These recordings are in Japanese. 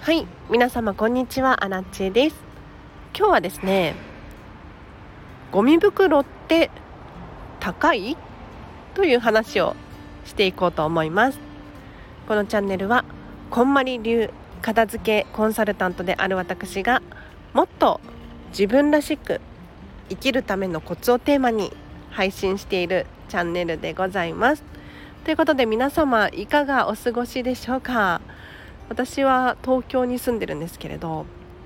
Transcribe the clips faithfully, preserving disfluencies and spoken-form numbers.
はい、皆様こんにちは、アラチェです。今日はですね、ゴミ袋って高いという話をしていこうと思います。このチャンネルはこんまり流片付けコンサルタントである私がもっと自分らしく生きるためのコツをテーマに配信しているチャンネルでございます。ということで皆様いかがお過ごしでしょうか。私は東京に住んでるんですけれど、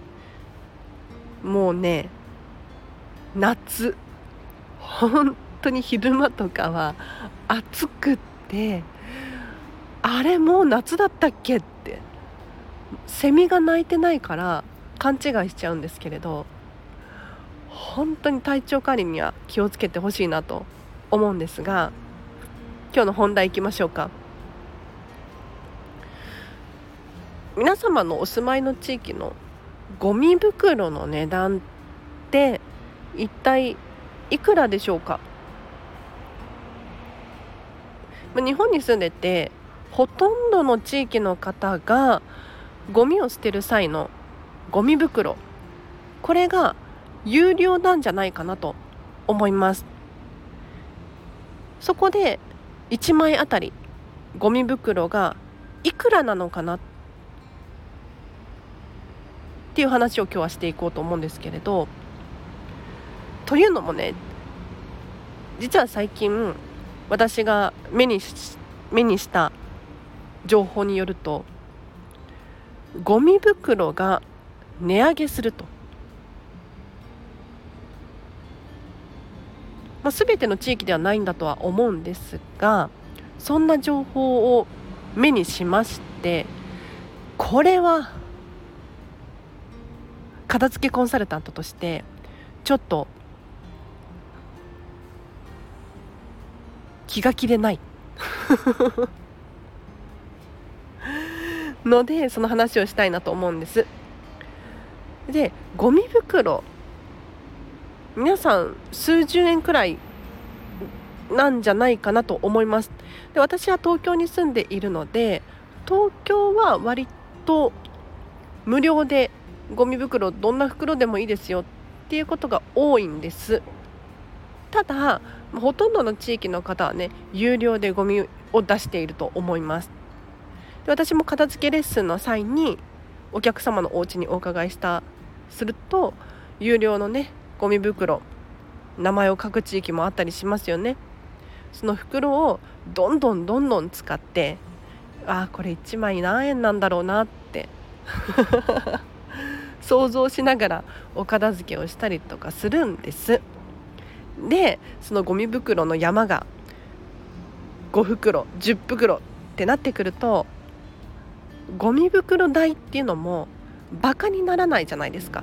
もうね夏本当に昼間とかは暑くって、あれもう夏だったっけってセミが鳴いてないから勘違いしちゃうんですけれど、本当に体調管理には気をつけてほしいなと思うんですが、今日の本題いきましょうか。皆様のお住まいの地域のゴミ袋の値段って一体いくらでしょうか。日本に住んでてほとんどの地域の方がゴミを捨てる際のゴミ袋、これが有料なんじゃないかなと思います。そこでいちまいあたりゴミ袋がいくらなのかなっていう話を今日はしていこうと思うんですけれど、というのもね、実は最近私が目にし、目にした情報によると、ゴミ袋が値上げすると、まあ、全ての地域ではないんだとは思うんですが、そんな情報を目にしまして、これは片付けコンサルタントとしてちょっと気が気でないので、その話をしたいなと思うんです。で、ゴミ袋皆さん数十円くらいなんじゃないかなと思います。で、私は東京に住んでいるので、東京は割と無料でゴミ袋どんな袋でもいいですよっていうことが多いんです。ただほとんどの地域の方はね、有料でゴミを出していると思います。で、私も片付けレッスンの際にお客様のお家にお伺いしたすると、有料のねゴミ袋、名前を書く地域もあったりしますよね。その袋をどんどんどんどん使って、あーこれいちまい何円なんだろうなって想像しながらお片付けをしたりとかするんです。で、そのゴミ袋の山がごふくろじゅっぷくろってなってくると、ゴミ袋代っていうのもバカにならないじゃないですか。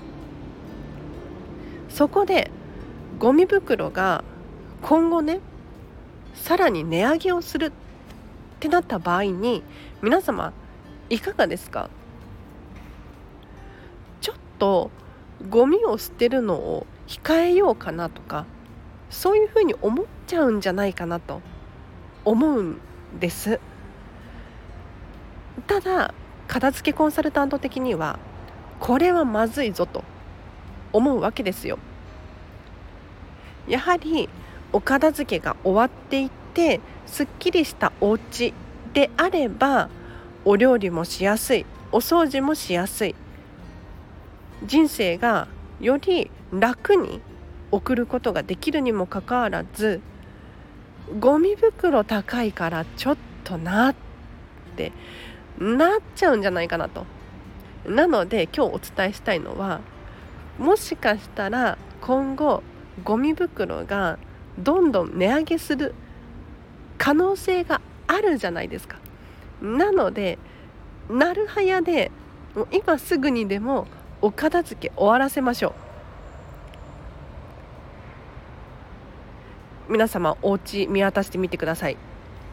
そこでゴミ袋が今後ねさらに値上げをするってなった場合に、皆様いかがですか。ちょっとゴミを捨てるのを控えようかなとか、そういうふうに思っちゃうんじゃないかなと思うんです。ただ片付けコンサルタント的にはこれはまずいぞと思うわけですよ。やはりお片付けが終わっていてすっきりしたお家であれば、お料理もしやすい、お掃除もしやすい、人生がより楽に送ることができるにもかかわらず、ゴミ袋高いからちょっとなってなっちゃうんじゃないかなと。なので今日お伝えしたいのは、もしかしたら今後ゴミ袋がどんどん値上げする可能性があるじゃないですか。なのでなるはやでもう今すぐにでもお片付け終わらせましょう。皆様お家見渡してみてください。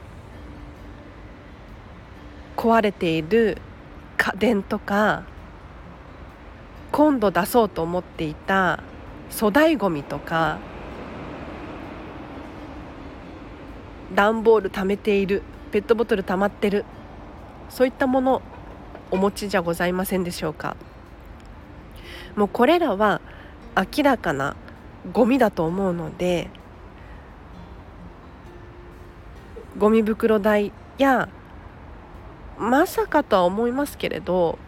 壊れている家電とか、今度出そうと思っていた粗大ごみとか、段ボール溜めている、ペットボトル溜まってる、そういったものお持ちじゃございませんでしょうか。もうこれらは明らかなゴミだと思うので、ゴミ袋代やまさかとは思いますけれど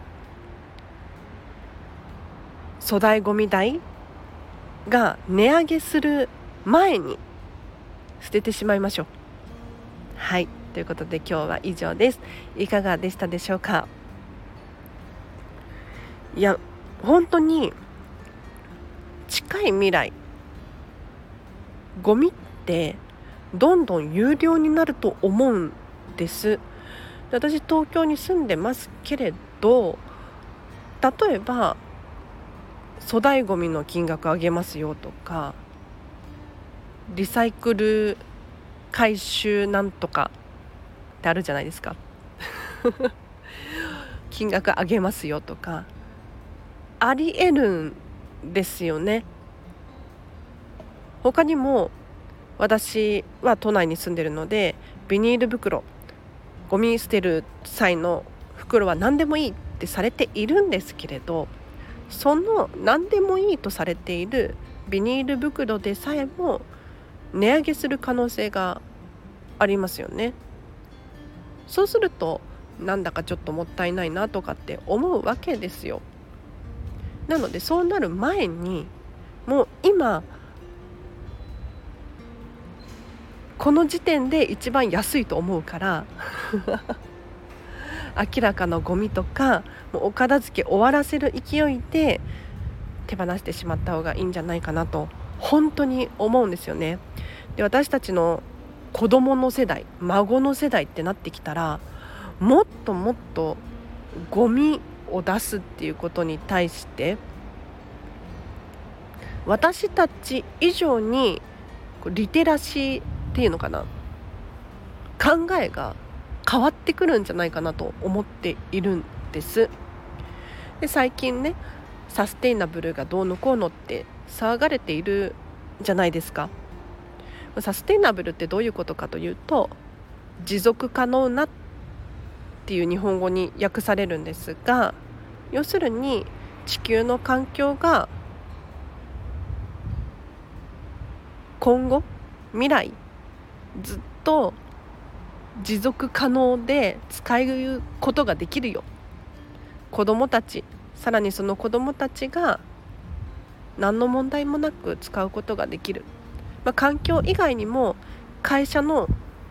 粗大ゴミ代が値上げする前に捨ててしまいましょう。はい、ということで今日は以上です。いかがでしたでしょうか。いや本当に近い未来ゴミってどんどん有料になると思うんです。私東京に住んでますけれど、例えば粗大ゴミの金額上げますよとか、リサイクル回収なんとかってあるじゃないですか金額上げますよとかありえるんですよね。他にも私は都内に住んでるので、ビニール袋、ゴミ捨てる際の袋は何でもいいってされているんですけれど、その何でもいいとされているビニール袋でさえも値上げする可能性がありますよね。そうするとなんだかちょっともったいないなとかって思うわけですよ。なのでそうなる前にもう今この時点で一番安いと思うから明らかなゴミとかもうお片付け終わらせる勢いで手放してしまった方がいいんじゃないかなと本当に思うんですよね。で、私たちの子供の世代、孫の世代ってなってきたら、もっともっとゴミを出すっていうことに対して私たち以上にリテラシーっていうのかな、考えが変わってくるんじゃないかなと思っているんです。で、最近ねサステイナブルがどうのこうのって騒がれているじゃないですか。サステイナブルってどういうことかというと、持続可能なっていう日本語に訳されるんですが、要するに地球の環境が今後未来ずっと持続可能で使うことができるよ、子どもたち、さらにその子どもたちが何の問題もなく使うことができる、まあ、環境以外にも会社の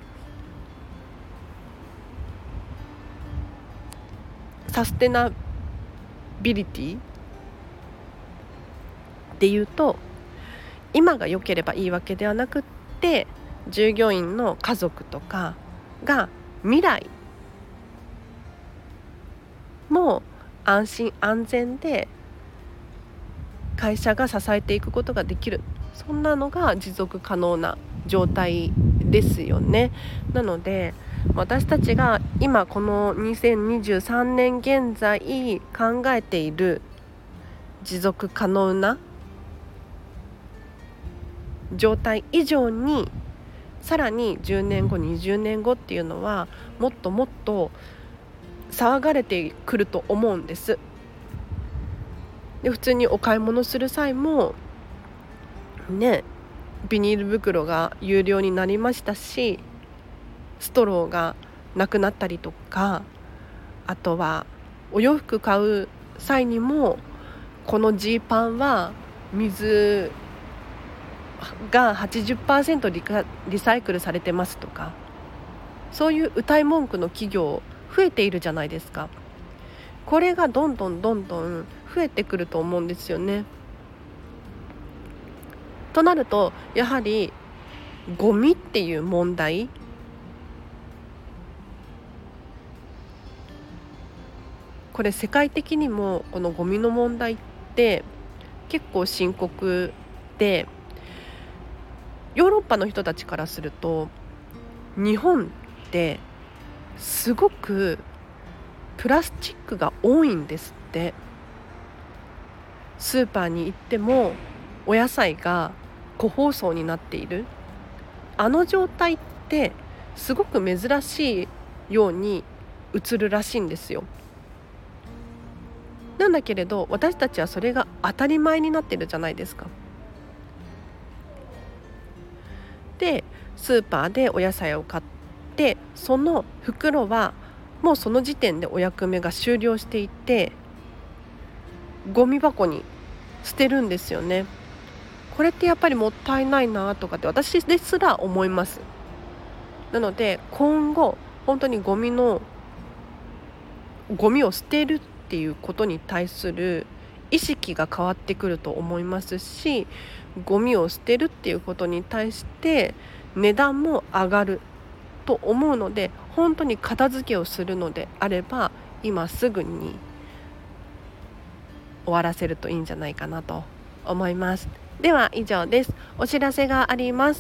サステナビリティでいうと、今が良ければいいわけではなくって、従業員の家族とかが未来も安心安全で会社が支えていくことができる、そんなのが持続可能な状態ですよね。なので私たちが今このにせんにじゅうさんねん現在考えている持続可能な状態以上に、さらにじゅうねんごにじゅうねんごっていうのはもっともっと騒がれてくると思うんです。で、普通にお買い物する際もね、ビニール袋が有料になりましたし、ストローがなくなったりとか、あとはお洋服買う際にもこのジーパンは水が はちじゅっパーセント リカ、リサイクルされてますとか、そういう謳い文句の企業増えているじゃないですか。これがどんどんどんどん増えてくると思うんですよね。となるとやはりゴミっていう問題、これ世界的にもこのゴミの問題って結構深刻で、ヨーロッパの人たちからすると日本ってすごくプラスチックが多いんですって。スーパーに行ってもお野菜が個包装になっている、あの状態ってすごく珍しいように映るらしいんですよ。 なんだけれど私たちはそれが当たり前になってるじゃないですか。でスーパーでお野菜を買って、その袋はもうその時点でお役目が終了していて、ゴミ箱に捨てるんですよね。これってやっぱりもったいないなとかって私ですら思います。なので今後本当にゴミのゴミを捨てるっていうことに対する意識が変わってくると思いますし、ゴミを捨てるっていうことに対して値段も上がると思うので、本当に片付けをするのであれば今すぐに終わらせるといいんじゃないかなと思います。では以上です。お知らせがあります。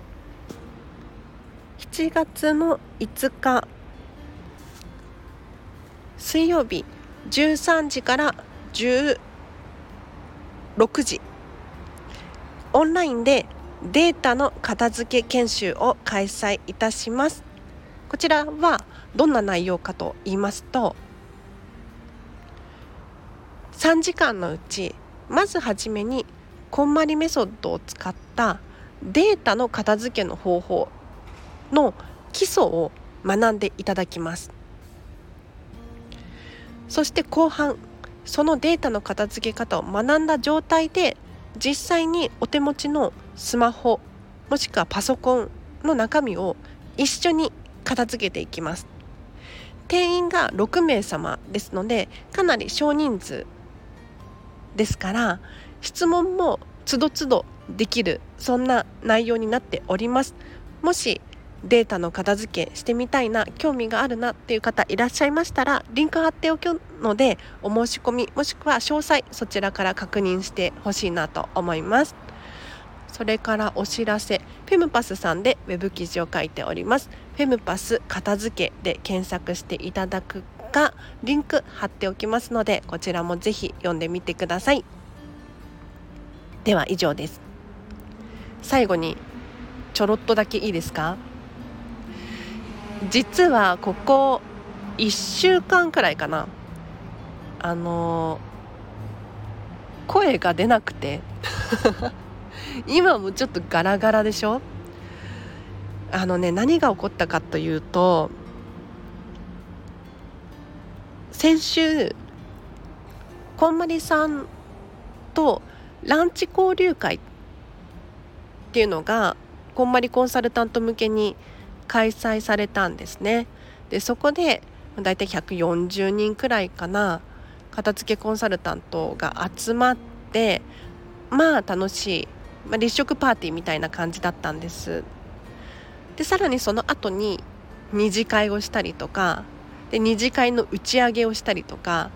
しちがつのいつか水曜日じゅうさんじからじゅうろくじ、オンラインでデータの片付け研修を開催いたします。こちらはどんな内容かと言いますと、さんじかんのうちまずはじめにこんまりメソッドを使ったデータの片付けの方法の基礎を学んでいただきます。そして後半、そのデータの片付け方を学んだ状態で実際にお手持ちのスマホもしくはパソコンの中身を一緒に片付けていきます。定員がろくめい様ですのでかなり少人数ですから、質問もつどつどできる、そんな内容になっております。もしデータの片付けしてみたいな、興味があるなっていう方いらっしゃいましたら、リンク貼っておくのでお申し込みもしくは詳細そちらから確認してほしいなと思います。それからお知らせ、フェムパスさんでウェブ記事を書いております。フェムパス片付けで検索していただくか、リンク貼っておきますのでこちらもぜひ読んでみてください。では以上です。最後にちょろっとだけいいですか。実はここいっしゅうかんくらいかな、あのー、声が出なくて今もちょっとガラガラでしょ。あのね、何が起こったかというと、先週こんまりさんとランチ交流会っていうのがこんまりコンサルタント向けに開催されたんですね。でそこでだいたいひゃくよんじゅうにんくらいかな、片付けコンサルタントが集まって、まあ楽しい、まあ、立食パーティーみたいな感じだったんです。でさらにその後に二次会をしたりとかで、二次会の打ち上げをしたりとか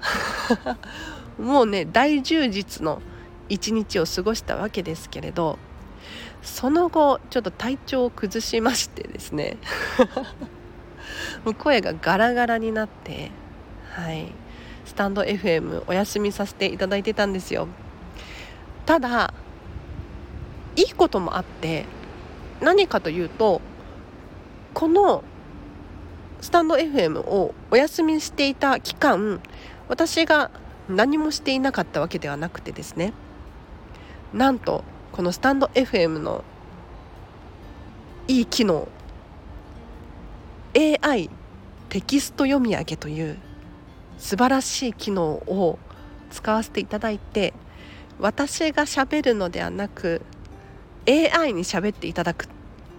もうね大充実の一日を過ごしたわけですけれど、その後ちょっと体調を崩しましてですねもう声がガラガラになって、はい、スタンド エフエム お休みさせていただいてたんですよ。ただいいこともあって、何かというと、このスタンド エフエム をお休みしていた期間、私が何もしていなかったわけではなくてですね、なんとこのスタンド エフエム のいい機能、 エーアイ テキスト読み上げという素晴らしい機能を使わせていただいて、私が喋るのではなく エーアイ に喋っていただく。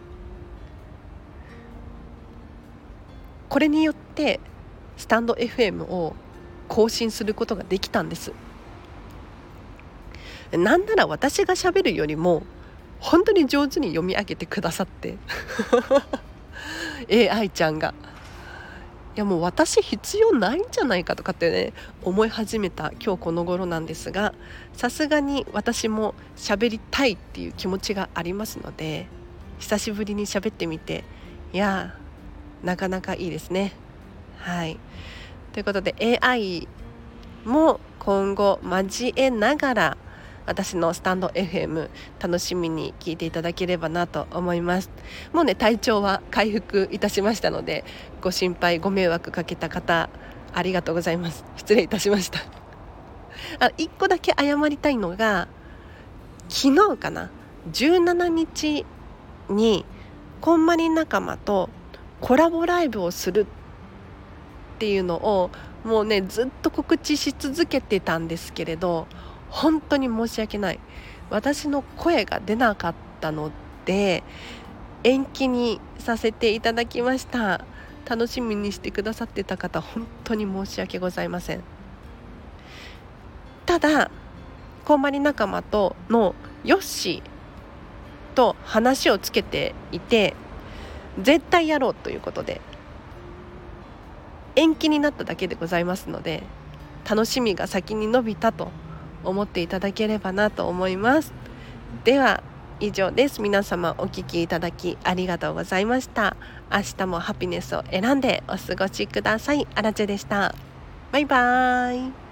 これによってスタンド エフエム を更新することができたんです。なんなら私が喋るよりも本当に上手に読み上げてくださってエーアイ ちゃんが、いやもう私必要ないんじゃないかとかってね思い始めた今日この頃なんですが、さすがに私も喋りたいっていう気持ちがありますので、久しぶりに喋ってみて、いやなかなかいいですね。はい、ということで エーアイ も今後交えながら私のスタンド エフエム 楽しみに聞いていただければなと思います。もうね体調は回復いたしましたので、ご心配ご迷惑かけた方ありがとうございます。失礼いたしました。 あいっこだけ謝りたいのが、昨日かな、じゅうしちにちにこんまり仲間とコラボライブをするっていうのをもうねずっと告知し続けてたんですけれど、本当に申し訳ない、私の声が出なかったので延期にさせていただきました。楽しみにしてくださってた方、本当に申し訳ございません。ただこんまり仲間とのヨッシーと話をつけていて、絶対やろうということで延期になっただけでございますので、楽しみが先に伸びたと思っていただければなと思います。では以上です。皆様お聞きいただきありがとうございました。明日もハピネスを選んでお過ごしください。あらちでした。バイバーイ。